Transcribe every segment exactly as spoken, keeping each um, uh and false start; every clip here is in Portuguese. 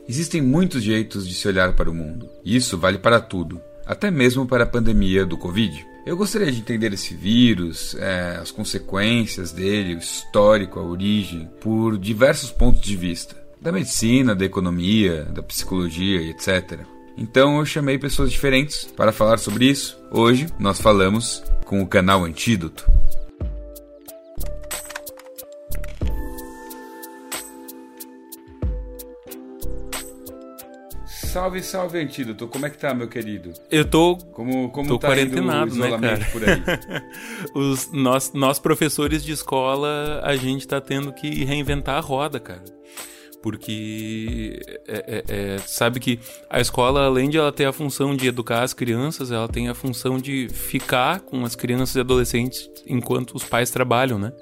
Existem muitos jeitos de se olhar para o mundo. E isso vale para tudo, até mesmo para a pandemia do Covid. Eu gostaria de entender esse vírus, é, as consequências dele, o histórico, a origem, por diversos pontos de vista. Da medicina, da economia, da psicologia e etcétera. Então eu chamei pessoas diferentes para falar sobre isso. Hoje nós falamos com o canal Antídoto. Salve, salve, Antídoto. Como é que tá, meu querido? Eu tô, como, como tô tá quarentenado, indo o né, cara? por aí? Os, nós, nós, professores de escola, a gente tá tendo que reinventar a roda, cara. Porque é, é, é, sabe que a escola, além de ela ter a função de educar as crianças, ela tem a função de ficar com as crianças e adolescentes enquanto os pais trabalham, né?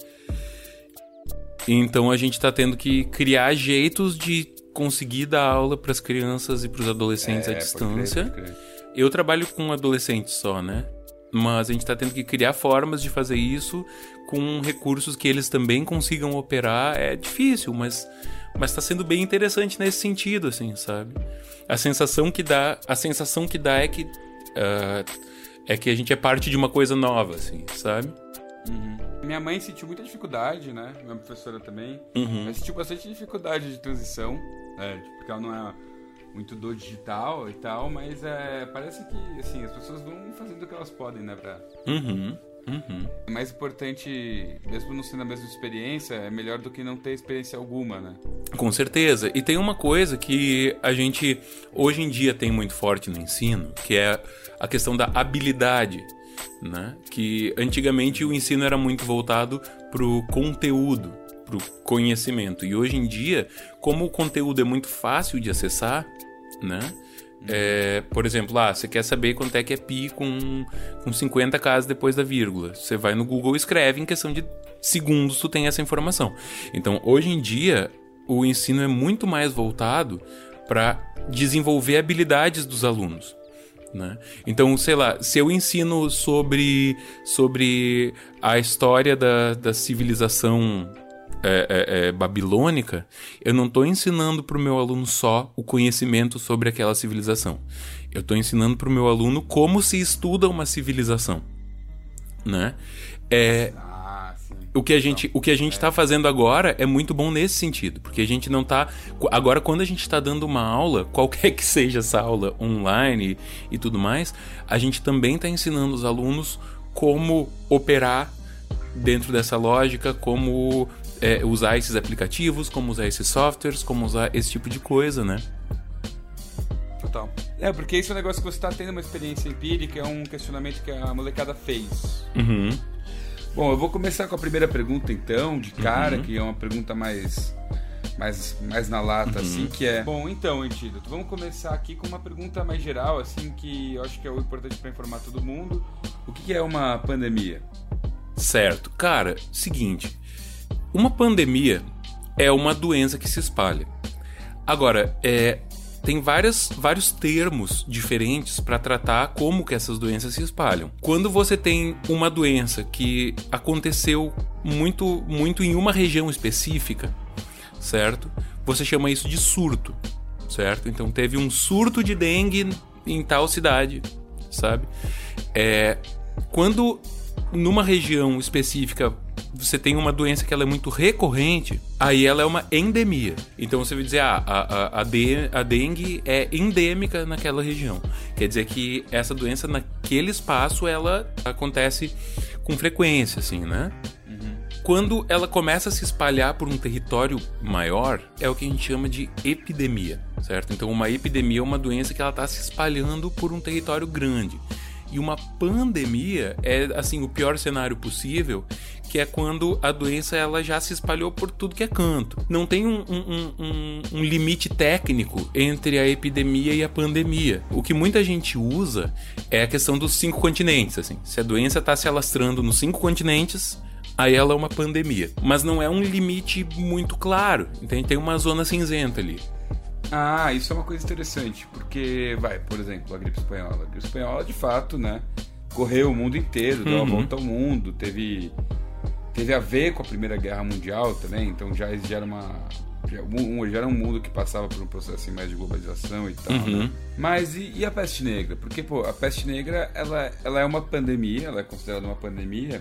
Então a gente tá tendo que criar jeitos de conseguir dar aula para as crianças e para os adolescentes é, à distância. Pode crer, pode crer. Eu trabalho com adolescentes só, né? Mas a gente tá tendo que criar formas de fazer isso com recursos que eles também consigam operar. É difícil, mas mas tá sendo bem interessante nesse sentido, assim, sabe? A sensação que dá, a sensação que dá é que uh, é que a gente é parte de uma coisa nova, assim, sabe? Uhum. Minha mãe sentiu muita dificuldade, né? Minha professora também. Uhum. Ela sentiu bastante dificuldade de transição, né? Porque ela não é muito do digital e tal, mas é, parece que, assim, as pessoas vão fazendo o que elas podem, né? Pra... Uhum. Uhum. É mais importante, mesmo não sendo a mesma experiência, é melhor do que não ter experiência alguma, né? Com certeza. E tem uma coisa que a gente, hoje em dia, tem muito forte no ensino, que é a questão da habilidade, né? Que antigamente o ensino era muito voltado pro conteúdo, pro conhecimento. E hoje em dia, como o conteúdo é muito fácil de acessar, né? É, por exemplo, ah, você quer saber quanto é que é pi com, com cinquenta casas depois da vírgula. Você vai no Google e escreve, em questão de segundos tu tem essa informação. Então, hoje em dia, o ensino é muito mais voltado para desenvolver habilidades dos alunos, né? Então, sei lá, se eu ensino sobre, sobre a história da, da civilização É, é, é, babilônica, eu não estou ensinando para o meu aluno só o conhecimento sobre aquela civilização. Eu estou ensinando para o meu aluno como se estuda uma civilização, né? É, ah, sim. o que a gente, o que a gente está fazendo agora é muito bom nesse sentido, porque a gente não está... Agora, quando a gente está dando uma aula, qualquer que seja essa aula online e, e tudo mais, a gente também está ensinando os alunos como operar dentro dessa lógica, como... É, usar esses aplicativos, como usar esses softwares, como usar esse tipo de coisa, né? Total. É, porque esse é um negócio que você está tendo uma experiência empírica, é um questionamento que a molecada fez. Uhum. Bom, eu vou começar com a primeira pergunta, então, de cara, uhum. que é uma pergunta mais, mais, mais na lata, uhum. assim, que é... Bom, então, Antídoto, vamos começar aqui com uma pergunta mais geral, assim, que eu acho que é o importante para informar todo mundo. O que é uma pandemia? Certo. Cara, seguinte... Uma pandemia é uma doença que se espalha. Agora, é, tem várias, vários termos diferentes para tratar como que essas doenças se espalham. Quando você tem uma doença que aconteceu muito, muito em uma região específica, certo? Você chama isso de surto, certo? Então teve um surto de dengue em tal cidade, sabe? É, quando numa região específica você tem uma doença que ela é muito recorrente, aí ela é uma endemia. Então você vai dizer, ah, a, a, a, de, a dengue é endêmica naquela região. Quer dizer que essa doença naquele espaço, ela acontece com frequência, assim, né? Uhum. Quando ela começa a se espalhar por um território maior, é o que a gente chama de epidemia, certo? Então uma epidemia é uma doença que ela está se espalhando por um território grande. E uma pandemia é, assim, o pior cenário possível, que é quando a doença ela já se espalhou por tudo que é canto. Não tem um, um, um, um limite técnico entre a epidemia e a pandemia. O que muita gente usa é a questão dos cinco continentes. Assim. Se a doença está se alastrando nos cinco continentes, aí ela é uma pandemia. Mas não é um limite muito claro. Então tem uma zona cinzenta ali. Ah, isso é uma coisa interessante, porque, vai, por exemplo, a gripe espanhola. A gripe espanhola, de fato, né, correu o mundo inteiro, deu uhum. a volta ao mundo, teve, teve a ver com a Primeira Guerra Mundial também, então já, já era uma, já, um, já era um mundo que passava por um processo assim, mais de globalização e tal, Uhum. né? Mas e, e a peste negra? Porque, pô, a peste negra, ela, ela é uma pandemia, ela é considerada uma pandemia,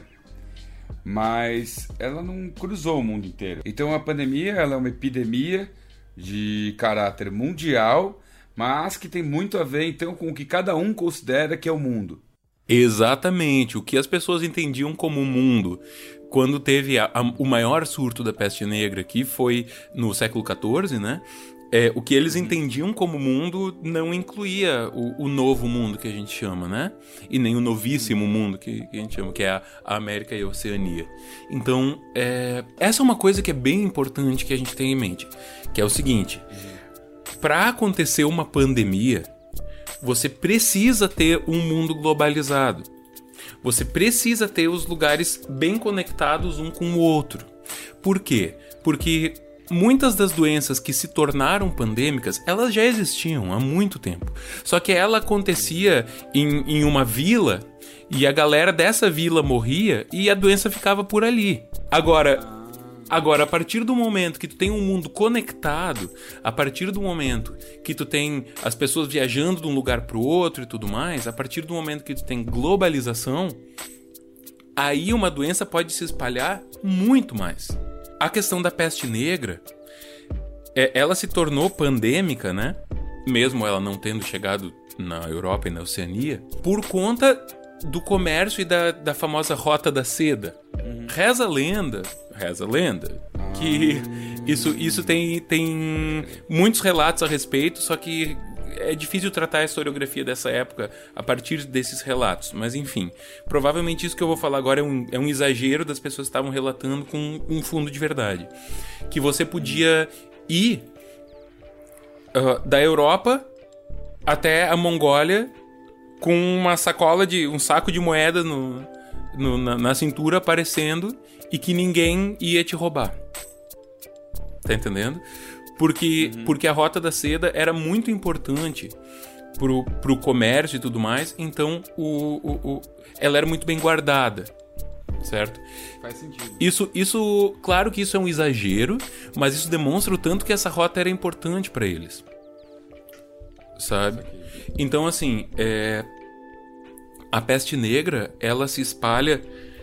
mas ela não cruzou o mundo inteiro. Então a pandemia, ela é uma epidemia de caráter mundial, mas que tem muito a ver, então, com o que cada um considera que é o mundo. Exatamente. O que as pessoas entendiam como mundo quando teve a, a, o maior surto da peste negra, que foi no século quatorze, né? É, o que eles entendiam como mundo não incluía o, o novo mundo que a gente chama, né? E nem o novíssimo mundo que, que a gente chama, que é a, a América e a Oceania. Então, é, essa é uma coisa que é bem importante que a gente tem em mente, que é o seguinte: para acontecer uma pandemia, você precisa ter um mundo globalizado. Você precisa ter os lugares bem conectados um com o outro. Por quê? Porque muitas das doenças que se tornaram pandêmicas, elas já existiam há muito tempo. Só que ela acontecia em, em uma vila e a galera dessa vila morria e a doença ficava por ali. Agora... Agora, a partir do momento que tu tem um mundo conectado, a partir do momento que tu tem as pessoas viajando de um lugar para o outro e tudo mais, a partir do momento que tu tem globalização, aí uma doença pode se espalhar muito mais. A questão da peste negra, é, ela se tornou pandêmica, né? Mesmo ela não tendo chegado na Europa e na Oceania, por conta do comércio e da, da famosa Rota da Seda. Uhum. Reza a lenda, reza a lenda, que isso, isso tem, tem muitos relatos a respeito, só que é difícil tratar a historiografia dessa época a partir desses relatos. Mas enfim, provavelmente isso que eu vou falar agora é um, é um exagero das pessoas que estavam relatando com um fundo de verdade. Que você podia ir uh, da Europa até a Mongólia com uma sacola de... um saco de moeda no, no, na, na cintura aparecendo e que ninguém ia te roubar. Tá entendendo? Porque, uhum. porque a Rota da Seda era muito importante pro, pro comércio e tudo mais, então o, o, o, ela era muito bem guardada, certo? Faz sentido. Isso, isso, claro que isso é um exagero, mas isso demonstra o tanto que essa rota era importante para eles. Sabe? Então, assim, é, a peste negra, ela se espalha...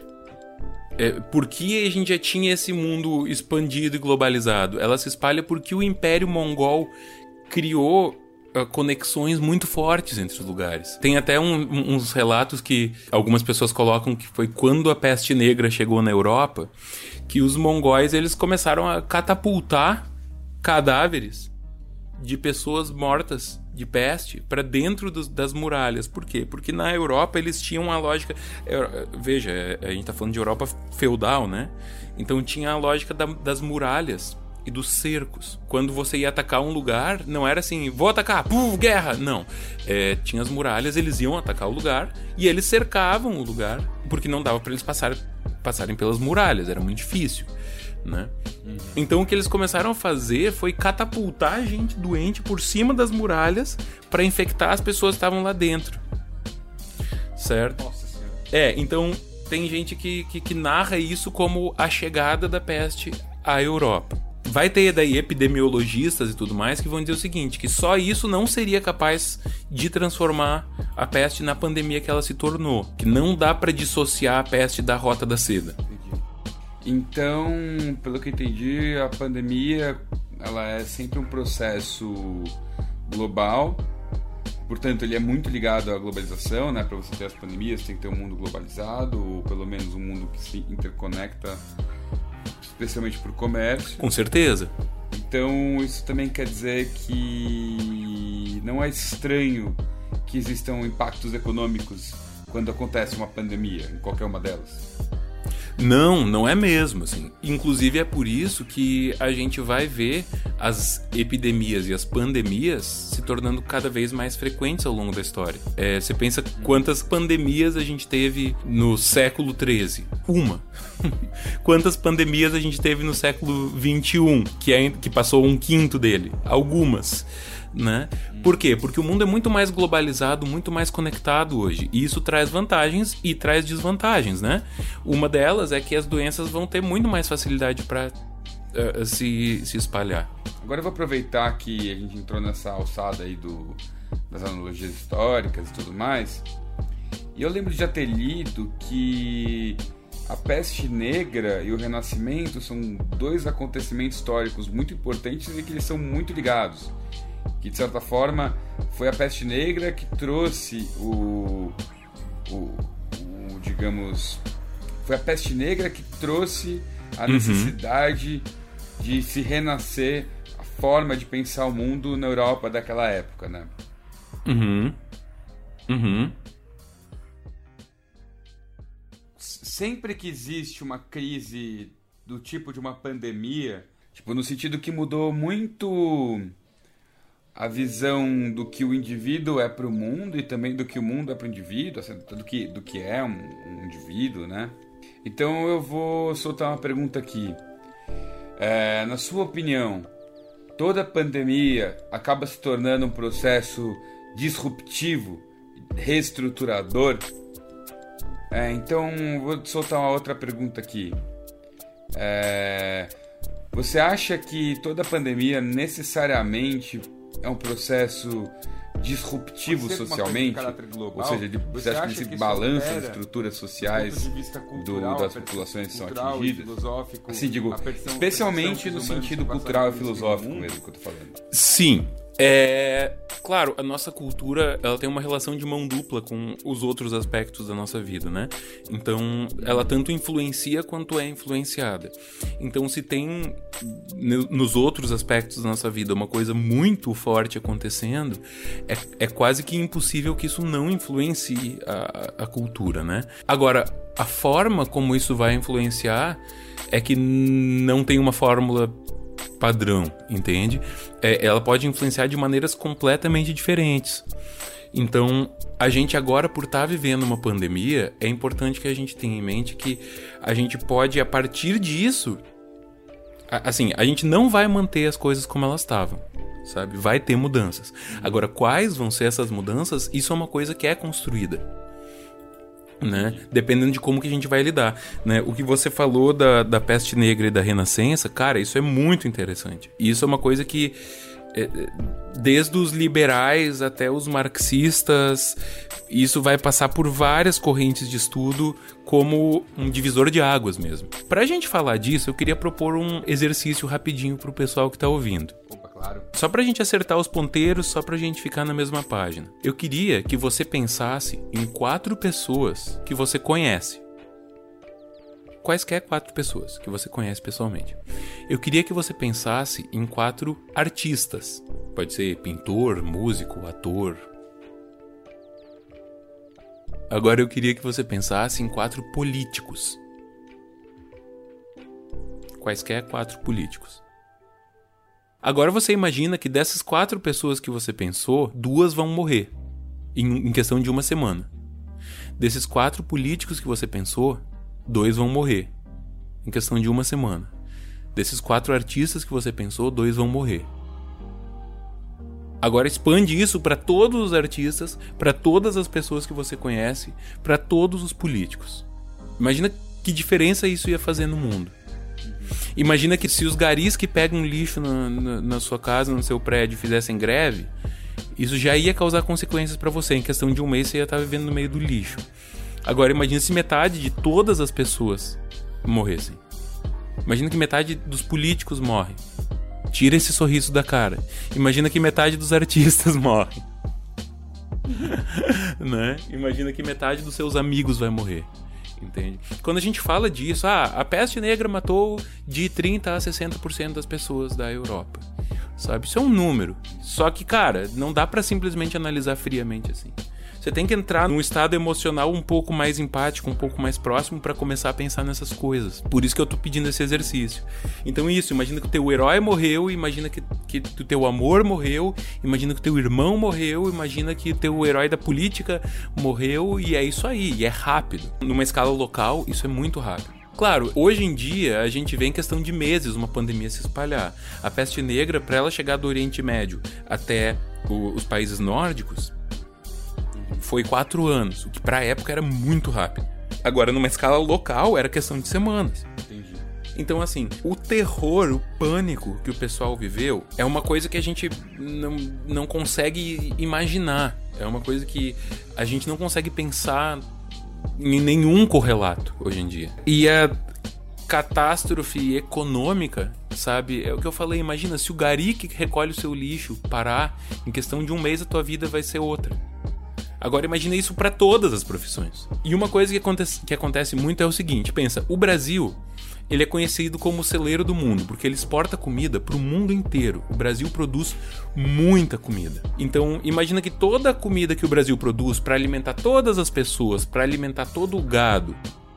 É, porque a gente já tinha esse mundo expandido e globalizado? Ela se espalha porque o Império Mongol criou uh, conexões muito fortes entre os lugares. Tem até um, uns relatos que algumas pessoas colocam que foi quando a peste negra chegou na Europa, que os mongóis eles começaram a catapultar cadáveres de pessoas mortas de peste para dentro dos, das muralhas. Por quê? Porque na Europa eles tinham uma lógica... É, veja, a gente tá falando de Europa feudal, né? Então tinha a lógica da, das muralhas e dos cercos. Quando você ia atacar um lugar, não era assim, vou atacar, pum, guerra! Não. É, tinha as muralhas, eles iam atacar o lugar e eles cercavam o lugar, porque não dava para eles passar, passarem pelas muralhas, era muito difícil. Né? Uhum. Então o que eles começaram a fazer foi catapultar a gente doente por cima das muralhas para infectar as pessoas que estavam lá dentro, certo? Nossa Senhora. É, então tem gente que, que, que narra isso como a chegada da peste à Europa. Vai ter daí epidemiologistas e tudo mais que vão dizer o seguinte, que só isso não seria capaz de transformar a peste na pandemia que ela se tornou, que não dá para dissociar a peste da Rota da Seda. Então, pelo que eu entendi, a pandemia ela é sempre um processo global, portanto ele é muito ligado à globalização, né? Para você ter as pandemias tem que ter um mundo globalizado, ou pelo menos um mundo que se interconecta, especialmente por comércio. Com certeza. Então isso também quer dizer que não é estranho que existam impactos econômicos quando acontece uma pandemia, em qualquer uma delas. Não, não é mesmo, assim. Inclusive é por isso que a gente vai ver as epidemias e as pandemias se tornando cada vez mais frequentes ao longo da história. É, você pensa quantas pandemias a gente teve no século treze? Uma. Quantas pandemias a gente teve no século vinte e um, que, é, que passou um quinto dele? Algumas. Né? Por quê? Porque o mundo é muito mais globalizado, muito mais conectado hoje. E isso traz vantagens e traz desvantagens, né? Uma delas é que as doenças vão ter muito mais facilidade para uh, se, se espalhar. Agora eu vou aproveitar que a gente entrou nessa alçada aí do, das analogias históricas e tudo mais, e eu lembro de já ter lido que a peste negra e o renascimento são dois acontecimentos históricos muito importantes e que eles são muito ligados. Que, de certa forma, foi a peste negra que trouxe o, o, o digamos... Foi a peste negra que trouxe a uhum. necessidade de se renascer a forma de pensar o mundo na Europa daquela época, né? Uhum. Uhum. Sempre que existe uma crise do tipo de uma pandemia, tipo, no sentido que mudou muito a visão do que o indivíduo é para o mundo e também do que o mundo é para o indivíduo, assim, do, que, do que é um, um indivíduo, né? Então eu vou soltar uma pergunta aqui. É, na sua opinião, toda pandemia acaba se tornando um processo disruptivo, reestruturador? É, então, vou soltar uma outra pergunta aqui. É, você acha que toda pandemia necessariamente é um processo disruptivo socialmente? Global, ou seja, você, você acha que esse balanço das estruturas sociais cultural, do, das populações que são atingidas? Assim, digo, especialmente no sentido cultural e filosófico mesmo que eu tô falando. Sim. É, claro, a nossa cultura ela tem uma relação de mão dupla com os outros aspectos da nossa vida, né? Então, ela tanto influencia quanto é influenciada. Então, se tem nos outros aspectos da nossa vida uma coisa muito forte acontecendo, é, é quase que impossível que isso não influencie a, a cultura, né? Agora, a forma como isso vai influenciar é que não tem uma fórmula padrão, entende? É, ela pode influenciar de maneiras completamente diferentes. Então, a gente agora, por estar vivendo uma pandemia, é importante que a gente tenha em mente que a gente pode, a partir disso, a, assim, a gente não vai manter as coisas como elas estavam, sabe? Vai ter mudanças. Agora, quais vão ser essas mudanças? Isso é uma coisa que é construída. Né? Dependendo de como que a gente vai lidar, né? O que você falou da, da peste negra e da renascença, cara, isso é muito interessante. Isso é uma coisa que é, desde os liberais até os marxistas, isso vai passar por várias correntes de estudo como um divisor de águas mesmo. Pra gente falar disso, eu queria propor um exercício rapidinho pro pessoal que tá ouvindo. Claro. Só pra gente acertar os ponteiros, só pra gente ficar na mesma página. Eu queria que você pensasse em quatro pessoas que você conhece. Quaisquer quatro pessoas que você conhece pessoalmente. Eu queria que você pensasse em quatro artistas. Pode ser pintor, músico, ator. Agora eu queria que você pensasse em quatro políticos. Quaisquer quatro políticos. Agora você imagina que dessas quatro pessoas que você pensou, duas vão morrer em, em questão de uma semana. Desses quatro políticos que você pensou, dois vão morrer em questão de uma semana. Desses quatro artistas que você pensou, dois vão morrer. Agora expande isso para todos os artistas, para todas as pessoas que você conhece, para todos os políticos. Imagina que diferença isso ia fazer no mundo. Imagina que se os garis que pegam lixo na, na, na sua casa, no seu prédio, fizessem greve, isso já ia causar consequências para você. Em questão de um mês você ia estar vivendo no meio do lixo. Agora imagina se metade de todas as pessoas morressem. Imagina que metade dos políticos morrem. Tira esse sorriso da cara. Imagina que metade dos artistas morrem. Né? Imagina que metade dos seus amigos vai morrer. Entende? Quando a gente fala disso, ah, a peste negra matou de trinta a sessenta por cento das pessoas da Europa, sabe? Isso é um número. Só que, cara, não dá pra simplesmente analisar friamente assim. Você tem que entrar num estado emocional um pouco mais empático, um pouco mais próximo pra começar a pensar nessas coisas. Por isso que eu tô pedindo esse exercício. Então isso, imagina que o teu herói morreu, imagina que, que o teu amor morreu, imagina que o teu irmão morreu, imagina que o teu herói da política morreu, e é isso aí, e é rápido. Numa escala local, isso é muito rápido. Claro, hoje em dia a gente vê em questão de meses uma pandemia se espalhar. A peste negra, para ela chegar do Oriente Médio até o, os países nórdicos, foi quatro anos, o que pra época era muito rápido. Agora, numa escala local, era questão de semanas. Entendi. Então, assim, o terror, o pânico que o pessoal viveu é uma coisa que a gente não, não consegue imaginar. É uma coisa que a gente não consegue pensar em nenhum correlato hoje em dia. E a catástrofe econômica, sabe? É o que eu falei. Imagina, se o gari que recolhe o seu lixo parar, em questão de um mês a tua vida vai ser outra. Agora imagina isso para todas as profissões. E uma coisa que acontece, que acontece muito é o seguinte, pensa, o Brasil, ele é conhecido como o celeiro do mundo, porque ele exporta comida para o mundo inteiro. O Brasil produz muita comida. Então imagina que toda a comida que o Brasil produz para alimentar todas as pessoas, para alimentar todo o gado,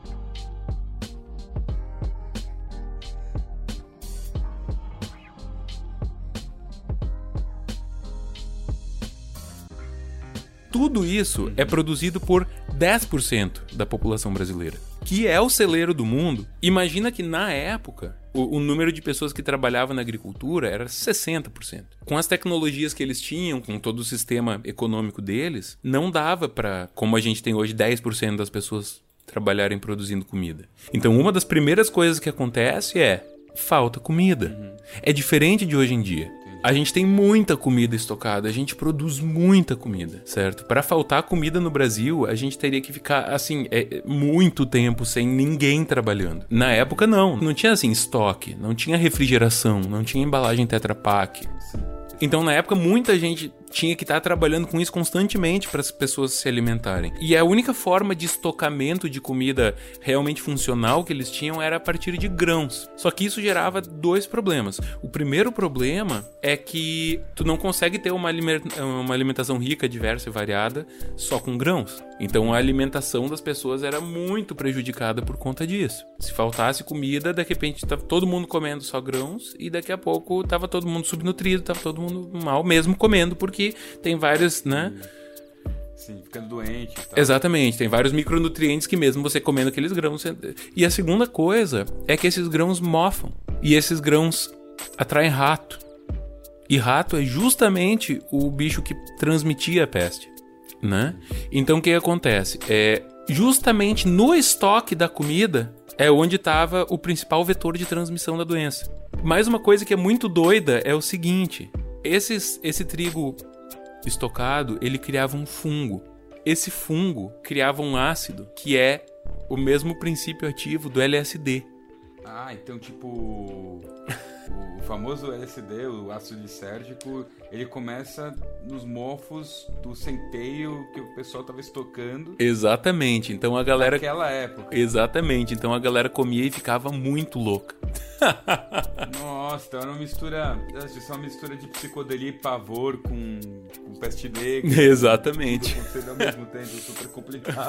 tudo isso é produzido por dez por cento da população brasileira, que é o celeiro do mundo. Imagina que na época o, o número de pessoas que trabalhavam na agricultura era sessenta por cento. Com as tecnologias que eles tinham, com todo o sistema econômico deles, não dava para, como a gente tem hoje, dez por cento das pessoas trabalharem produzindo comida. Então uma das primeiras coisas que acontece é falta comida. Uhum. É diferente de hoje em dia. A gente tem muita comida estocada, a gente produz muita comida, certo? Para faltar comida no Brasil, a gente teria que ficar, assim, é, muito tempo sem ninguém trabalhando. Na época, não. Não tinha, assim, estoque, não tinha refrigeração, não tinha embalagem Tetra Pak. Então, na época, muita gente tinha que estar trabalhando com isso constantemente para as pessoas se alimentarem. E a única forma de estocamento de comida realmente funcional que eles tinham era a partir de grãos. Só que isso gerava dois problemas. O primeiro problema é que tu não consegue ter uma alimentação rica, diversa e variada só com grãos. Então a alimentação das pessoas era muito prejudicada por conta disso. Se faltasse comida, de repente estava todo mundo comendo só grãos e daqui a pouco estava todo mundo subnutrido, estava todo mundo mal mesmo comendo, porque tem vários, né? Sim, ficando doente e tal. Exatamente, tem vários micronutrientes que mesmo você comendo aqueles grãos... Você... E a segunda coisa é que esses grãos mofam. E esses grãos atraem rato. E rato é justamente o bicho que transmitia a peste, né? Então o que acontece? É, justamente no estoque da comida é onde estava o principal vetor de transmissão da doença. Mais uma coisa que é muito doida é o seguinte... Esses, esse trigo estocado, ele criava um fungo. Esse fungo criava um ácido que é o mesmo princípio ativo do L S D. Ah, então tipo... o famoso L S D, o ácido lisérgico, ele começa nos mofos do centeio que o pessoal estava estocando. Exatamente, então a galera... Naquela época. Exatamente, então a galera comia e ficava muito louca. Nossa, então era uma mistura... Isso é uma mistura de psicodelia e pavor com, com peste negra. Exatamente. Tudo acontecendo ao mesmo tempo, super complicado.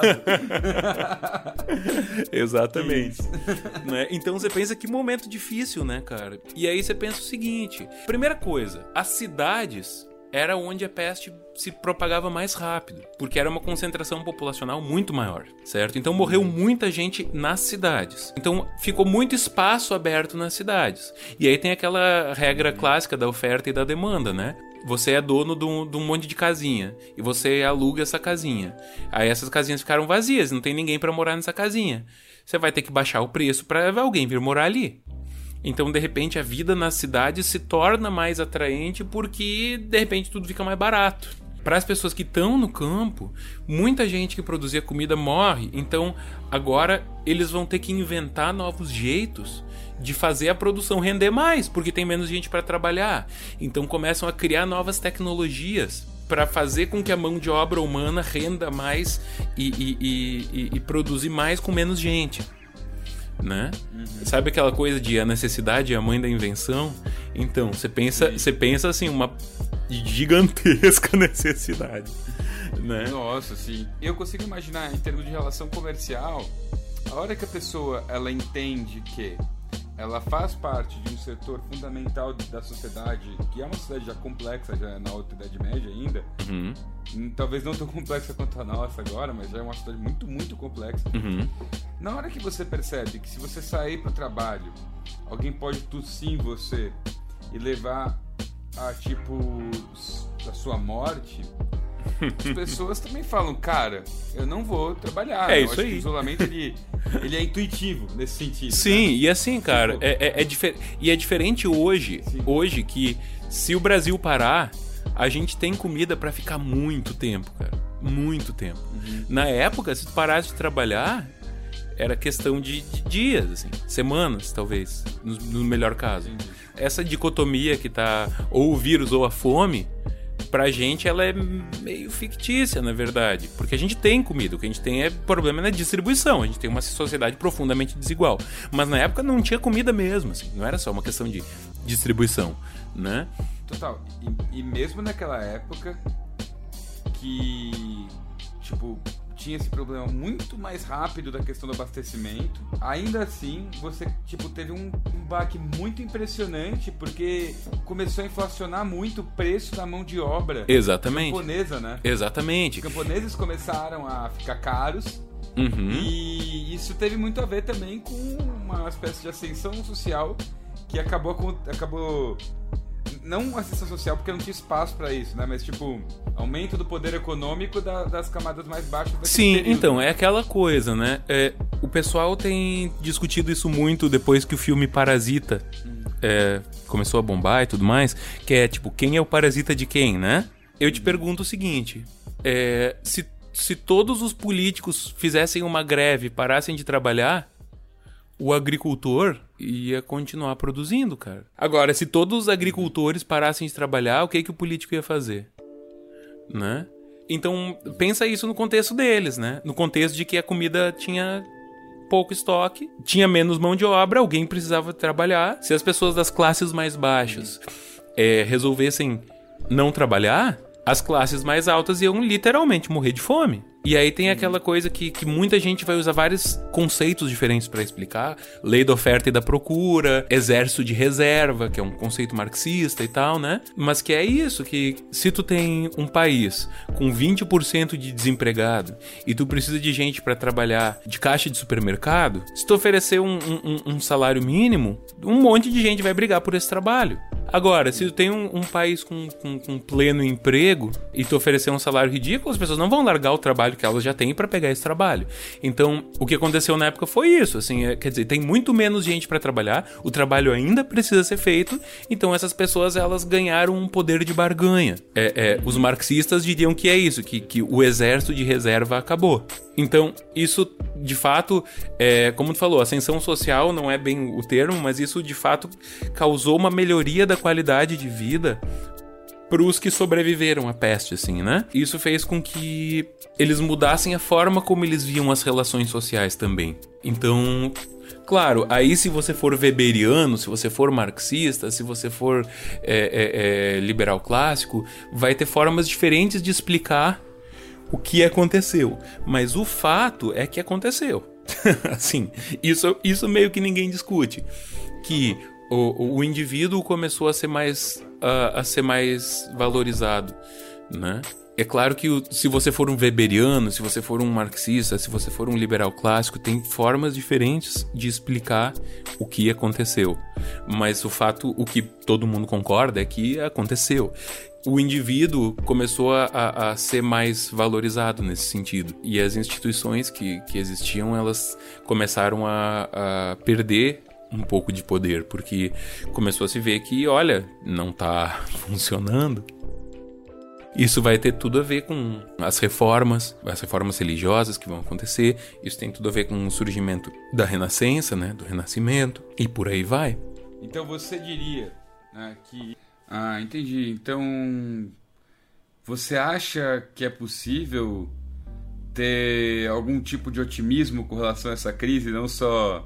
Exatamente. Né? Então você pensa que momento difícil, né, cara? E aí você pensa o seguinte... Primeira coisa, as cidades era onde a peste se propagava mais rápido, porque era uma concentração populacional muito maior, certo? Então morreu muita gente nas cidades. Então ficou muito espaço aberto nas cidades. E aí tem aquela regra clássica da oferta e da demanda, né? Você é dono de um, de um monte de casinha e você aluga essa casinha. Aí essas casinhas ficaram vazias, não tem ninguém para morar nessa casinha. Você vai ter que baixar o preço para alguém vir morar ali. Então, de repente, a vida na cidade se torna mais atraente porque, de repente, tudo fica mais barato. Para as pessoas que estão no campo, muita gente que produzia comida morre. Então, agora, eles vão ter que inventar novos jeitos de fazer a produção render mais, porque tem menos gente para trabalhar. Então, começam a criar novas tecnologias para fazer com que a mão de obra humana renda mais e, e, e, e, e produzir mais com menos gente. Né? Uhum. Sabe aquela coisa de a necessidade é a mãe da invenção? Então, você pensa, você pensa assim, uma gigantesca necessidade, né? Nossa, sim. Eu consigo imaginar, em termos de relação comercial, a hora que a pessoa ela entende que ela faz parte de um setor fundamental da sociedade, que é uma sociedade já complexa, já na Alta Idade Média ainda, uhum. talvez não tão complexa quanto a nossa agora, mas já é uma sociedade muito, muito complexa. Uhum. Na hora que você percebe que se você sair pro trabalho, alguém pode tossir em você e levar a, tipo, a sua morte, as pessoas também falam, cara, eu não vou trabalhar. É eu isso acho aí. que o isolamento, ele, ele é intuitivo nesse sentido. Sim, né? e assim, cara, tipo... é, é, é difer... e é diferente hoje, Sim. hoje que se o Brasil parar, a gente tem comida pra ficar muito tempo, cara. Muito tempo. Uhum. Na época, se tu parasse de trabalhar, era questão de, de dias, assim, semanas, talvez, no, no melhor caso. Entendi. Essa dicotomia que tá ou o vírus ou a fome, pra gente ela é meio fictícia, na verdade. Porque a gente tem comida, o que a gente tem é problema na distribuição. A gente tem uma sociedade profundamente desigual. Mas na época não tinha comida mesmo, assim, não era só uma questão de distribuição, né? Total. E, e mesmo naquela época que, tipo, tinha esse problema muito mais rápido da questão do abastecimento, ainda assim, você, tipo, teve um, um baque muito impressionante, porque começou a inflacionar muito o preço da mão de obra Exatamente. camponesa, né? Exatamente. Os camponeses começaram a ficar caros, uhum. e isso teve muito a ver também com uma espécie de ascensão social que acabou... acabou não assistência social, porque não tinha espaço pra isso, né? Mas, tipo, aumento do poder econômico da, das camadas mais baixas daquele Sim, período. Então, é aquela coisa, né? É, o pessoal tem discutido isso muito depois que o filme Parasita hum. é, começou a bombar e tudo mais, que é, tipo, quem é o parasita de quem, né? Eu te pergunto o seguinte, é, se, se todos os políticos fizessem uma greve, parassem de trabalhar, o agricultor ia continuar produzindo, cara. Agora, se todos os agricultores parassem de trabalhar, o que que o político ia fazer? Né? Então, pensa isso no contexto deles, né? No contexto de que a comida tinha pouco estoque, tinha menos mão de obra, alguém precisava trabalhar. Se as pessoas das classes mais baixas é, resolvessem não trabalhar, as classes mais altas iam literalmente morrer de fome. E aí tem aquela coisa que, que muita gente vai usar vários conceitos diferentes para explicar. Lei da oferta e da procura, exército de reserva, que é um conceito marxista e tal, né? Mas que é isso, que se tu tem um país com vinte por cento de desempregado e tu precisa de gente para trabalhar de caixa de supermercado, se tu oferecer um, um, um salário mínimo, um monte de gente vai brigar por esse trabalho. Agora, se tu tem um, um país com, com, com pleno emprego e tu oferecer um salário ridículo, as pessoas não vão largar o trabalho que elas já têm para pegar esse trabalho. Então, o que aconteceu na época foi isso, assim, é, quer dizer, tem muito menos gente para trabalhar, o trabalho ainda precisa ser feito, então essas pessoas, elas ganharam um poder de barganha. É, é, os marxistas diriam que é isso, que, que o exército de reserva acabou. Então, isso, de fato, é, como tu falou, ascensão social não é bem o termo, mas isso, de fato, causou uma melhoria da qualidade de vida para os que sobreviveram à peste, assim, né? Isso fez com que eles mudassem a forma como eles viam as relações sociais também. Então, claro, aí se você for weberiano, se você for marxista, se você for é, é, é, liberal clássico, vai ter formas diferentes de explicar o que aconteceu. Mas o fato é que aconteceu. Assim, isso, isso meio que ninguém discute. Que o, o indivíduo começou a ser mais, a, a ser mais valorizado, né? É claro que o, se você for um weberiano, se você for um marxista, se você for um liberal clássico, tem formas diferentes de explicar o que aconteceu. Mas o fato, o que todo mundo concorda é que aconteceu. O indivíduo começou a, a, a ser mais valorizado nesse sentido. E as instituições que, que existiam, elas começaram a, a perder um pouco de poder, porque começou a se ver que, olha, não tá funcionando. Isso vai ter tudo a ver com as reformas, as reformas religiosas que vão acontecer. Isso tem tudo a ver com o surgimento da Renascença, né, do Renascimento, e por aí vai. Então você diria, né, que... Ah, entendi. Então, você acha que é possível ter algum tipo de otimismo com relação a essa crise, não só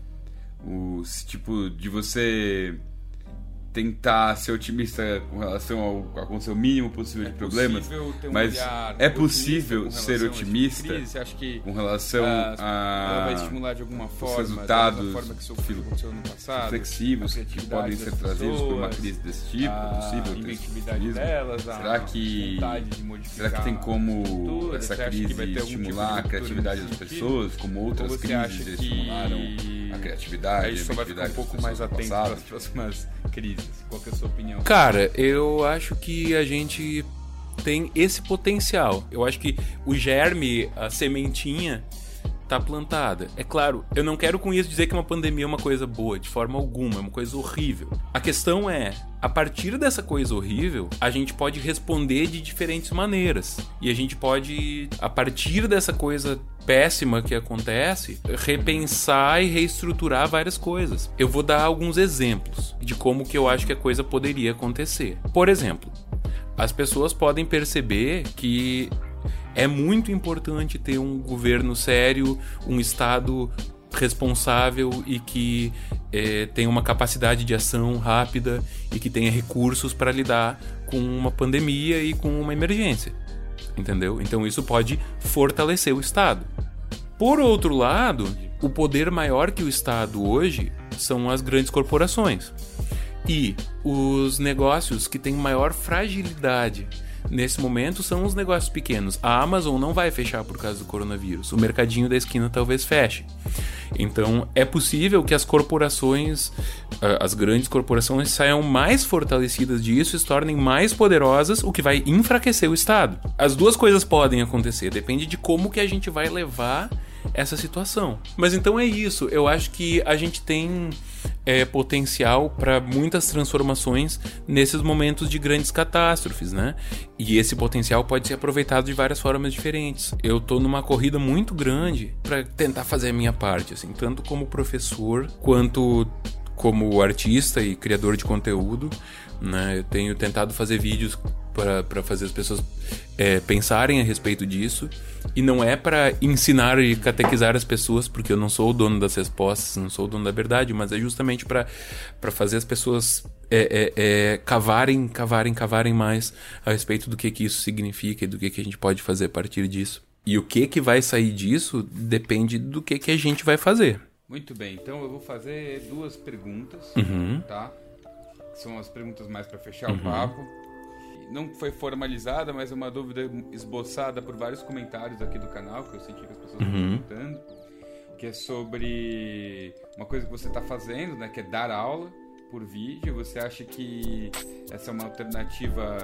o tipo de você tentar ser otimista com relação ao acontecer o mínimo possível é de problemas, um mas é possível ser otimista crise? Você acha que com relação a, a ela vai estimular de alguma forma resultados da forma que isso aconteceu no passado, flexivos que podem ser trazidos por uma crise desse tipo? A possível a inventividade delas, será que de será que tem como cultura, essa crise estimular tipo a criatividade das pessoas, como outras crises estimularam a criatividade, a gente só vai ficar um pouco mais atento para as próximas crises? Qual que é a sua opinião? Cara, eu acho que a gente tem esse potencial. Eu acho que o germe, a sementinha, tá plantada. É claro, eu não quero com isso dizer que uma pandemia é uma coisa boa, de forma alguma, é uma coisa horrível. A questão é, a partir dessa coisa horrível, a gente pode responder de diferentes maneiras. E a gente pode, a partir dessa coisa péssima que acontece, repensar e reestruturar várias coisas. Eu vou dar alguns exemplos de como que eu acho que a coisa poderia acontecer. Por exemplo, as pessoas podem perceber que é muito importante ter um governo sério, um Estado responsável e que é, tenha uma capacidade de ação rápida e que tenha recursos para lidar com uma pandemia e com uma emergência. Entendeu? Então isso pode fortalecer o Estado. Por outro lado, o poder maior que o Estado hoje são as grandes corporações. E os negócios que têm maior fragilidade nesse momento são os negócios pequenos. A Amazon não vai fechar por causa do coronavírus. O mercadinho da esquina talvez feche. Então é possível que as corporações, as grandes corporações, saiam mais fortalecidas disso e se tornem mais poderosas, o que vai enfraquecer o Estado. As duas coisas podem acontecer, depende de como que a gente vai levar essa situação. Mas então é isso, eu acho que a gente tem é, potencial para muitas transformações nesses momentos de grandes catástrofes, né? E esse potencial pode ser aproveitado de várias formas diferentes. Eu tô numa corrida muito grande para tentar fazer a minha parte, assim, tanto como professor quanto como artista e criador de conteúdo, né? Eu tenho tentado fazer vídeos para fazer as pessoas é, pensarem a respeito disso, e não é para ensinar e catequizar as pessoas, porque eu não sou o dono das respostas, não sou o dono da verdade, mas é justamente para fazer as pessoas é, é, é, cavarem, cavarem, cavarem mais a respeito do que, que isso significa e do que, que a gente pode fazer a partir disso. E o que, que vai sair disso depende do que, que a gente vai fazer. Muito bem, então eu vou fazer duas perguntas, uhum. tá? São as perguntas mais para fechar uhum. o papo. Não foi formalizada, mas é uma dúvida esboçada por vários comentários aqui do canal, que eu senti que as pessoas estão uhum. perguntando, que é sobre uma coisa que você está fazendo, né, que é dar aula por vídeo. Você acha que essa é uma alternativa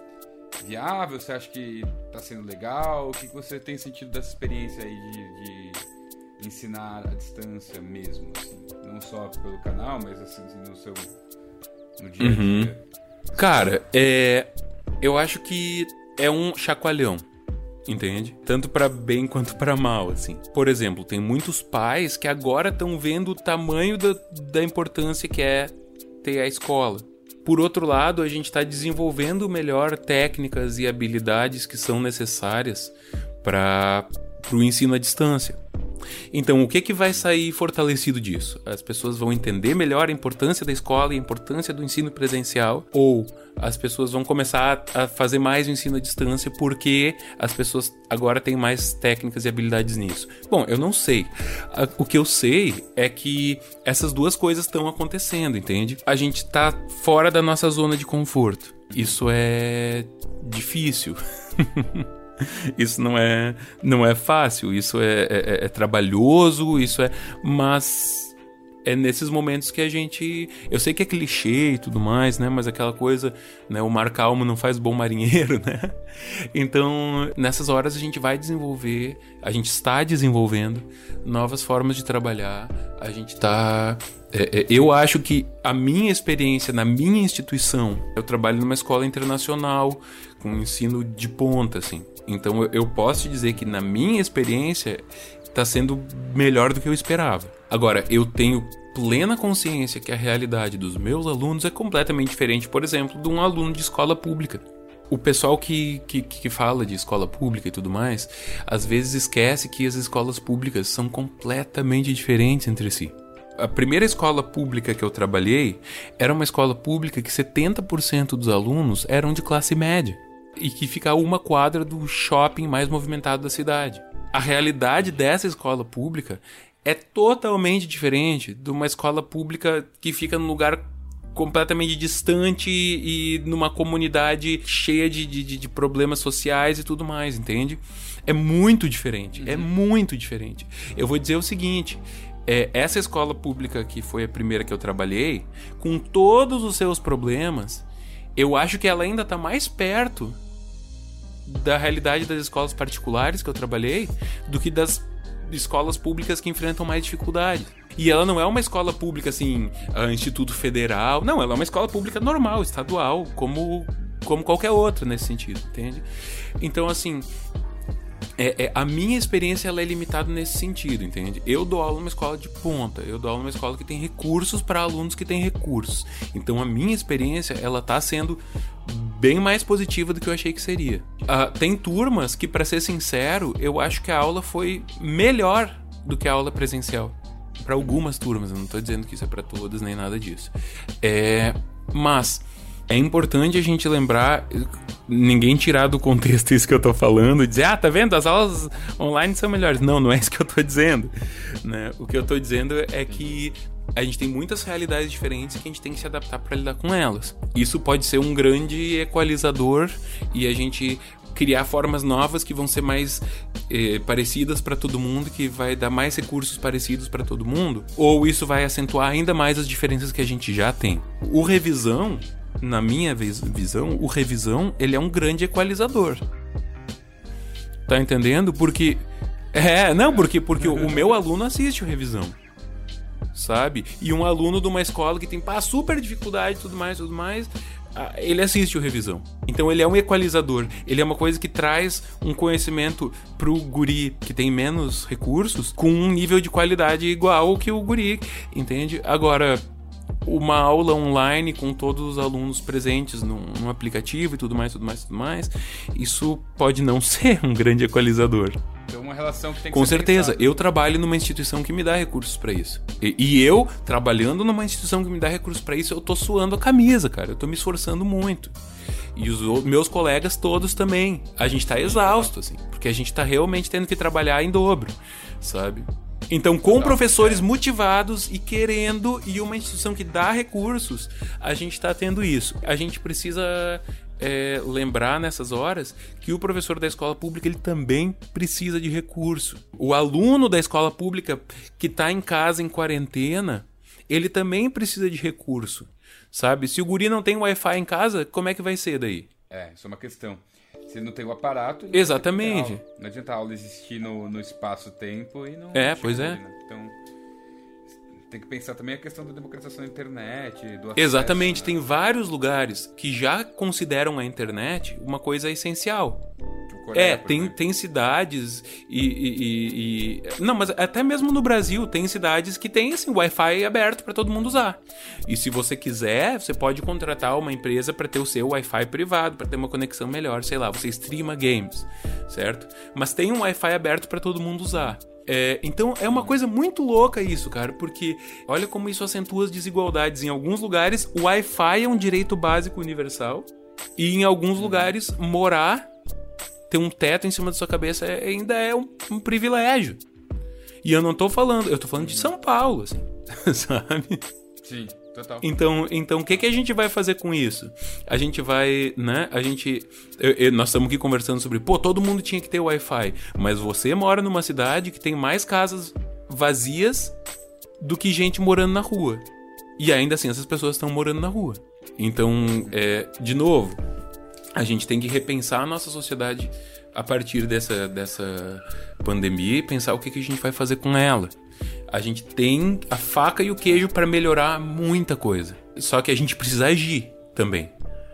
viável? Você acha que está sendo legal? O que você tem sentido dessa experiência aí de, de ensinar à distância mesmo? Assim? Não só pelo canal, mas assim, no seu no dia a dia. Uhum. Cara, é... eu acho que é um chacoalhão, entende? Tanto pra bem quanto pra mal, assim. Por exemplo, tem muitos pais que agora estão vendo o tamanho da, da importância que é ter a escola. Por outro lado, a gente está desenvolvendo melhor técnicas e habilidades que são necessárias para o ensino à distância. Então, o que, que vai sair fortalecido disso? As pessoas vão entender melhor a importância da escola e a importância do ensino presencial, ou as pessoas vão começar a fazer mais o ensino à distância porque as pessoas agora têm mais técnicas e habilidades nisso? Bom, eu não sei. O que eu sei é que essas duas coisas estão acontecendo, entende? A gente está fora da nossa zona de conforto. Isso é difícil. Isso não é, não é fácil, isso é, é, é trabalhoso, isso é... Mas é nesses momentos que a gente... Eu sei que é clichê e tudo mais, né? Mas aquela coisa, né? O mar calmo não faz bom marinheiro, né? Então, nessas horas a gente vai desenvolver, a gente está desenvolvendo novas formas de trabalhar, a gente está... É, é, eu acho que a minha experiência na minha instituição, eu trabalho numa escola internacional, com ensino de ponta, assim. Então eu, eu posso te dizer que na minha experiência está sendo melhor do que eu esperava. Agora, eu tenho plena consciência que a realidade dos meus alunos é completamente diferente, por exemplo, de um aluno de escola pública. O pessoal que, que, que fala de escola pública e tudo mais, às vezes esquece que as escolas públicas são completamente diferentes entre si. A primeira escola pública que eu trabalhei era uma escola pública que setenta por cento dos alunos eram de classe média e que fica a uma quadra do shopping mais movimentado da cidade. A realidade dessa escola pública é totalmente diferente de uma escola pública que fica num lugar completamente distante e numa comunidade cheia de, de, de problemas sociais e tudo mais, entende? É muito diferente, uhum. é muito diferente. Eu vou dizer o seguinte... É, essa escola pública que foi a primeira que eu trabalhei, com todos os seus problemas, eu acho que ela ainda está mais perto da realidade das escolas particulares que eu trabalhei do que das escolas públicas que enfrentam mais dificuldade. E ela não é uma escola pública, assim, a Instituto Federal. Não, ela é uma escola pública normal, estadual, como, como qualquer outra nesse sentido, entende? Então, assim, é, é, a minha experiência ela é limitada nesse sentido, entende? Eu dou aula numa escola de ponta, eu dou aula numa escola que tem recursos para alunos que têm recursos. Então, a minha experiência, ela tá sendo bem mais positiva do que eu achei que seria. Uh, tem turmas que, para ser sincero, eu acho que a aula foi melhor do que a aula presencial. Para algumas turmas, eu não tô dizendo que isso é para todas, nem nada disso. É, mas é importante a gente lembrar, ninguém tirar do contexto isso que eu tô falando e dizer, ah, tá vendo, as aulas online são melhores. Não, não é isso que eu tô dizendo, né? O que eu tô dizendo é que a gente tem muitas realidades diferentes que a gente tem que se adaptar para lidar com elas. Isso pode ser um grande equalizador e a gente criar formas novas que vão ser mais eh, parecidas para todo mundo, que vai dar mais recursos parecidos para todo mundo, ou isso vai acentuar ainda mais as diferenças que a gente já tem. O revisão, na minha visão, o revisão, ele é um grande equalizador. Tá entendendo? Porque é, não, porque porque o meu aluno assiste o revisão. Sabe? E um aluno de uma escola que tem pá, super dificuldade e tudo mais, tudo mais, ele assiste o revisão. Então ele é um equalizador. Ele é uma coisa que traz um conhecimento pro guri que tem menos recursos com um nível de qualidade igual que o guri, entende? Agora, uma aula online com todos os alunos presentes num, num aplicativo e tudo mais, tudo mais, tudo mais, isso pode não ser um grande equalizador. Então, uma relação que tem que Com ser certeza, pensada. eu trabalho numa instituição que me dá recursos pra isso. E, e eu, trabalhando numa instituição que me dá recursos pra isso, eu tô suando a camisa, cara. Eu tô me esforçando muito. E os o- meus colegas todos também. A gente tá exausto, assim, porque a gente tá realmente tendo que trabalhar em dobro, sabe? Então, com professores motivados e querendo, e uma instituição que dá recursos, a gente tá tendo isso. A gente precisa é, lembrar nessas horas que o professor da escola pública ele também precisa de recurso. O aluno da escola pública que tá em casa em quarentena, ele também precisa de recurso, sabe? Se o guri não tem Wi-Fi em casa, como é que vai ser daí? É, isso é uma questão. Se não tem o aparato... Não Exatamente. Tem aula. Não adianta a aula existir no, no espaço-tempo e não... É, pois é. Né? Então, tem que pensar também a questão da democratização da internet, do acesso... Exatamente, né? tem vários lugares que já consideram a internet uma coisa essencial. Coreia, É, por tem, exemplo. tem cidades e, e- e- e- Não, mas até mesmo no Brasil tem cidades que tem assim, Wi-Fi aberto para todo mundo usar. E se você quiser, você pode contratar uma empresa para ter o seu Wi-Fi privado, para ter uma conexão melhor, sei lá, você streama games, certo? Mas tem um Wi-Fi aberto para todo mundo usar. É, então é uma coisa muito louca isso, cara, porque olha como isso acentua as desigualdades. Em alguns lugares, o Wi-Fi é um direito básico universal e em alguns lugares, morar, ter um teto em cima da sua cabeça é- ainda é um, um privilégio. E eu não tô falando, eu tô falando de São Paulo, assim, sabe? Sim, total. Então, então o que, que a gente vai fazer com isso? A gente vai, né? A gente. eu- eu- nós estamos aqui conversando sobre, pô, todo mundo tinha que ter Wi-Fi. Mas você mora numa cidade que tem mais casas vazias do que gente morando na rua. E ainda assim, essas pessoas estão morando na rua. Então, é, de novo, a gente tem que repensar a nossa sociedade a partir dessa, dessa pandemia e pensar o que, que a gente vai fazer com ela. A gente tem a faca e o queijo para melhorar muita coisa. Só que a gente precisa agir também.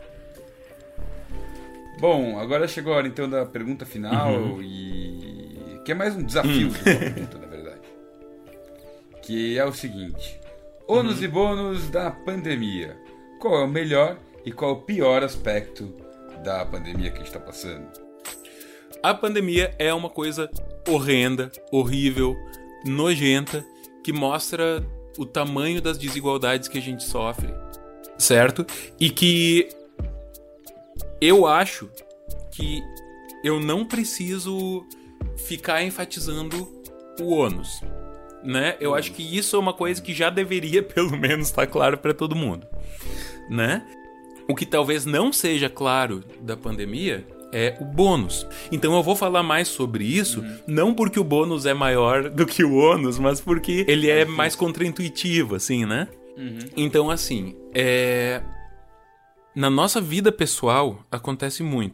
Bom, agora chegou a hora então da pergunta final Uhum. e... que é mais um desafio Hum. do que uma pergunta, na verdade. Que é o seguinte. Ônus Uhum. e bônus da pandemia. Qual é o melhor e qual é o pior aspecto da pandemia que a gente está passando? A pandemia é uma coisa horrenda, horrível, nojenta, que mostra o tamanho das desigualdades que a gente sofre, certo? E que eu acho que eu não preciso ficar enfatizando o ônus, né? Eu acho que isso é uma coisa que já deveria, pelo menos, estar claro para todo mundo, né? O que talvez não seja claro da pandemia é o bônus. Então eu vou falar mais sobre isso, uhum. não porque o bônus é maior do que o ônus, mas porque ele é mais contraintuitivo, assim, né? Uhum. Então, assim, é... na nossa vida pessoal acontece muito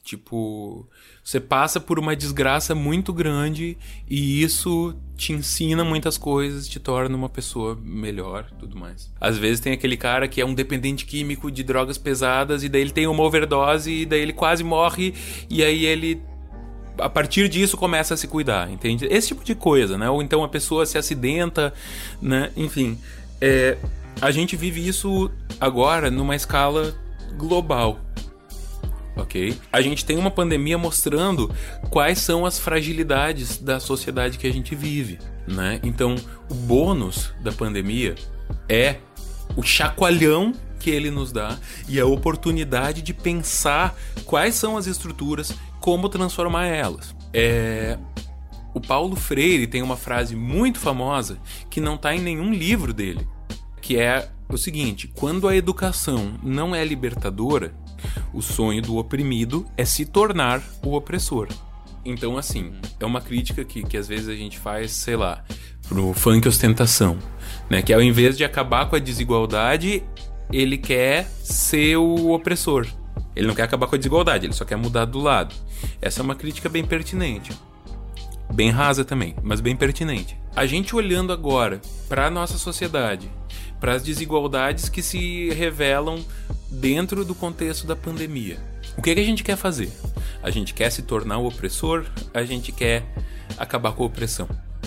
Tipo, você passa por uma desgraça muito grande e isso te ensina muitas coisas, te torna uma pessoa melhor, tudo mais. Às vezes tem aquele cara que é um dependente químico de drogas pesadas e daí ele tem uma overdose e daí ele quase morre e aí ele, a partir disso, começa a se cuidar, entende? Esse tipo de coisa, né? Ou então a pessoa se acidenta, né? Enfim, é, a gente vive isso agora numa escala global. Ok? A gente tem uma pandemia mostrando quais são as fragilidades da sociedade que a gente vive, né? Então, o bônus da pandemia é o chacoalhão que ele nos dá e a oportunidade de pensar quais são as estruturas, como transformar elas. É... O Paulo Freire tem uma frase muito famosa que não está em nenhum livro dele, que é o seguinte: quando a educação não é libertadora, o sonho do oprimido é se tornar o opressor. Então, assim, é uma crítica que, que às vezes a gente faz, sei lá, pro funk ostentação, né? Que ao invés de acabar com a desigualdade, ele quer ser o opressor. Ele não quer acabar com a desigualdade, ele só quer mudar do lado. Essa é uma crítica bem pertinente. Bem rasa também, mas bem pertinente. A gente olhando agora para a nossa sociedade, para as desigualdades que se revelam dentro do contexto da pandemia, o que, que a gente quer fazer? A gente quer se tornar o opressor? A gente quer acabar com a opressão?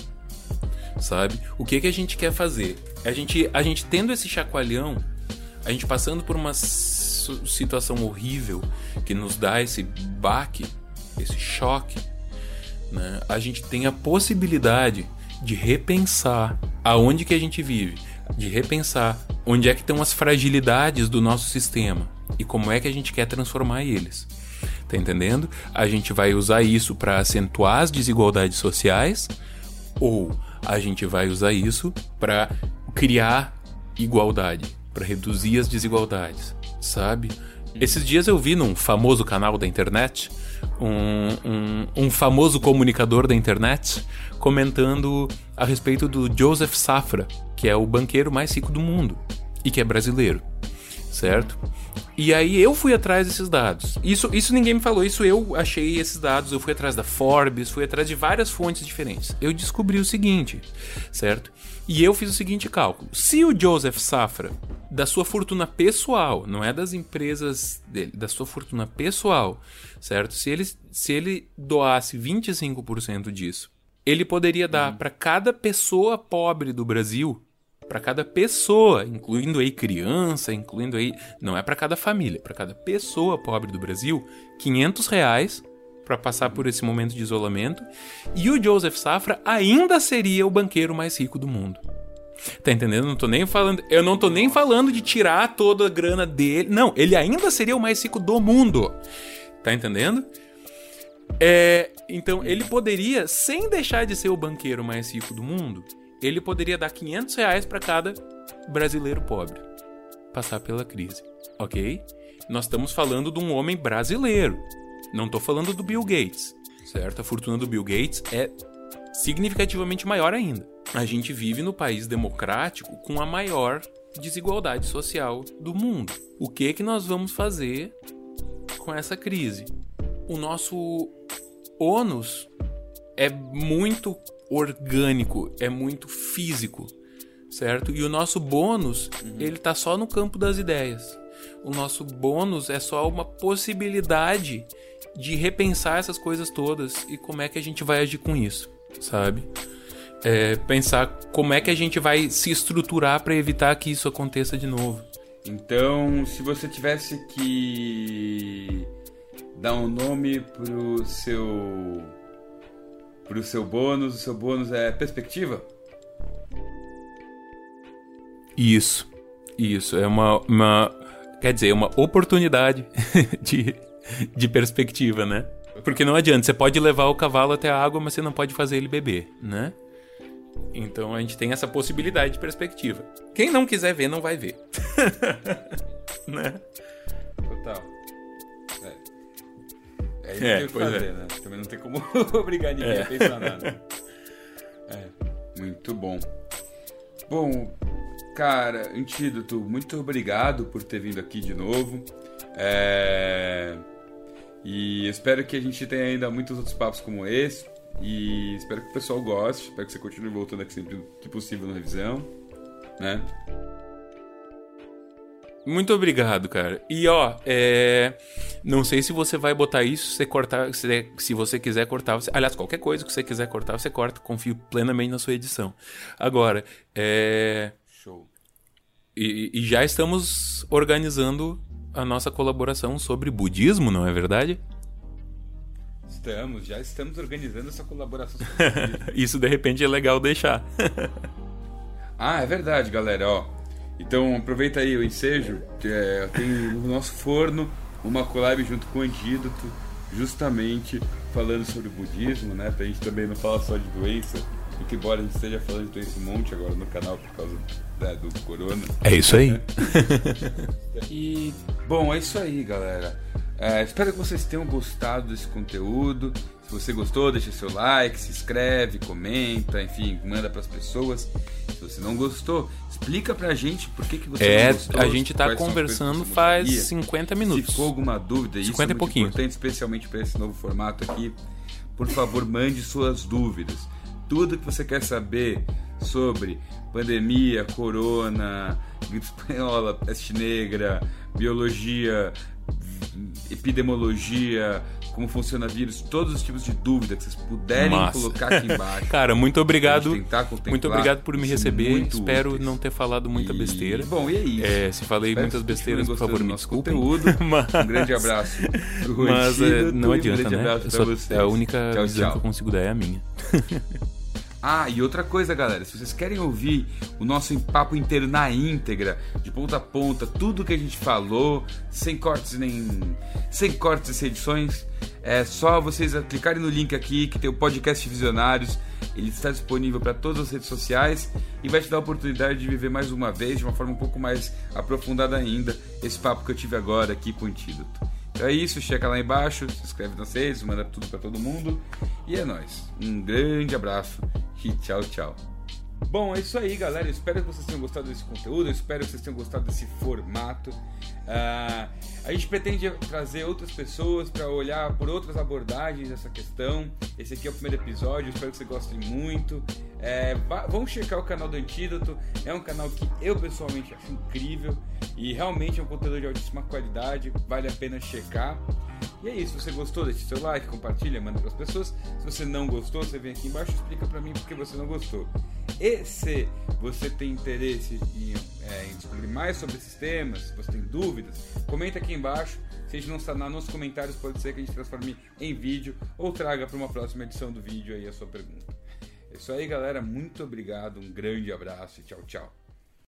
Sabe? O que, que a gente quer fazer? A gente, a gente tendo esse chacoalhão, a gente passando por uma situação horrível que nos dá esse baque, esse choque, né? A gente tem a possibilidade de repensar aonde que a gente vive, de repensar onde é que estão as fragilidades do nosso sistema e como é que a gente quer transformar eles. Tá entendendo? A gente vai usar isso para acentuar as desigualdades sociais ou a gente vai usar isso para criar igualdade, para reduzir as desigualdades, sabe? Esses dias eu vi num famoso canal da internet um, um, um famoso comunicador da internet comentando a respeito do Joseph Safra, que é o banqueiro mais rico do mundo e que é brasileiro, certo? E aí eu fui atrás desses dados. Isso, isso ninguém me falou, isso eu achei esses dados, eu fui atrás da Forbes, fui atrás de várias fontes diferentes. Eu descobri o seguinte, certo? E eu fiz o seguinte cálculo. Se o Joseph Safra, da sua fortuna pessoal, não é das empresas dele, da sua fortuna pessoal, certo? Se ele, se ele doasse vinte e cinco por cento disso, ele poderia dar uhum. para cada pessoa pobre do Brasil, para cada pessoa, incluindo aí criança, incluindo aí... Não é para cada família, para cada pessoa pobre do Brasil, quinhentos reais para passar por esse momento de isolamento, e o Joseph Safra ainda seria o banqueiro mais rico do mundo. Tá entendendo? Não tô nem falando, eu não tô nem falando de tirar toda a grana dele. Não, ele ainda seria o mais rico do mundo. Tá entendendo? É, então, ele poderia, sem deixar de ser o banqueiro mais rico do mundo, ele poderia dar quinhentos reais para cada brasileiro pobre passar pela crise, ok? Nós estamos falando de um homem brasileiro. Não tô falando do Bill Gates, certo? A fortuna do Bill Gates é significativamente maior ainda. A gente vive no país democrático com a maior desigualdade social do mundo. O que que nós vamos fazer com essa crise? O nosso ônus é muito orgânico, é muito físico, certo? E o nosso bônus, uhum. ele tá só no campo das ideias. O nosso bônus é só uma possibilidade de repensar essas coisas todas e como é que a gente vai agir com isso, sabe? É, pensar como é que a gente vai se estruturar para evitar que isso aconteça de novo. Então, se você tivesse que dar um nome pro seu pro seu bônus, o seu bônus é perspectiva? Isso, isso, é uma, uma quer dizer, uma oportunidade de, de perspectiva, né? Porque não adianta, você pode levar o cavalo até a água, mas você não pode fazer ele beber, né? Então a gente tem essa possibilidade de perspectiva. Quem não quiser ver, não vai ver. Né? Total. É, é isso é, que tem que fazer, é. né? Também não tem como obrigar ninguém é. a pensar nada. É, muito bom. Bom, cara, Antídoto, muito obrigado por ter vindo aqui de novo. É... E eu espero que a gente tenha ainda muitos outros papos como esse. E espero que o pessoal goste. Espero que você continue voltando aqui sempre que possível na revisão, né? Muito obrigado, cara. E ó, é... não sei se você vai botar isso, se você cortar, se, se você quiser cortar, você... aliás, qualquer coisa que você quiser cortar, você corta. Confio plenamente na sua edição. Agora, é... Show. E, e já estamos organizando a nossa colaboração sobre budismo, não é verdade? Estamos, já estamos organizando essa colaboração. Isso de repente é legal deixar. Ah, é verdade, galera, ó. Então aproveita aí o ensejo. É, tem no nosso forno uma collab junto com o Antídoto, justamente falando sobre o budismo, né? Pra gente também não falar só de doença, porque embora a gente esteja falando de doença um monte agora no canal por causa da, do corona. É isso aí. E, bom, é isso aí, galera. É, espero que vocês tenham gostado desse conteúdo. Se você gostou, deixa seu like, se inscreve, comenta, enfim, manda pras pessoas. Se você não gostou, explica pra gente por que, que você é, não gostou. A gente tá conversando faz cinquenta minutos. Se ficou alguma dúvida, isso é muito importante, especialmente para esse novo formato aqui. Por favor, mande suas dúvidas. Tudo que você quer saber sobre pandemia, corona, gripe espanhola, peste negra, biologia, epidemiologia, como funciona vírus, todos os tipos de dúvida que vocês puderem Massa. colocar aqui embaixo. Cara, muito obrigado. Muito obrigado por me receber. Espero úteis. não ter falado muita e... besteira. Bom, e é isso. É, se falei Espero muitas besteiras, por favor, me desculpem. Conteúdo. Mas... Um grande abraço pro Mas é, não um adianta, né? Só, a única tchau, visão tchau. que eu consigo dar é a minha. Ah, e outra coisa, galera, se vocês querem ouvir o nosso papo inteiro na íntegra, de ponta a ponta, tudo que a gente falou, sem cortes nem sem cortes e sem edições, é só vocês clicarem no link aqui que tem o podcast Visionários. Ele está disponível para todas as redes sociais e vai te dar a oportunidade de viver mais uma vez, de uma forma um pouco mais aprofundada ainda, esse papo que eu tive agora aqui com o Antídoto. Então é isso, checa lá embaixo, se inscreve nas redes, manda tudo pra todo mundo. E é nóis. Um grande abraço e tchau, tchau. Bom, é isso aí, galera. Eu espero que vocês tenham gostado desse conteúdo. Eu espero que vocês tenham gostado desse formato. Uh, a gente pretende trazer outras pessoas para olhar por outras abordagens dessa questão. Esse aqui é o primeiro episódio. Eu espero que vocês gostem muito. É, vão checar o canal do Antídoto. É um canal que eu pessoalmente acho incrível e realmente é um conteúdo de altíssima qualidade. Vale a pena checar. E é isso, se você gostou, deixe seu like, compartilha, manda para as pessoas. Se você não gostou, você vem aqui embaixo e explica para mim porque você não gostou. E se você tem interesse em, é, em descobrir mais sobre esses temas, se você tem dúvidas, comenta aqui embaixo. Se a gente não sanar nos comentários, pode ser que a gente transforme em vídeo ou traga para uma próxima edição do vídeo aí a sua pergunta. É isso aí, galera. Muito obrigado, um grande abraço e tchau, tchau.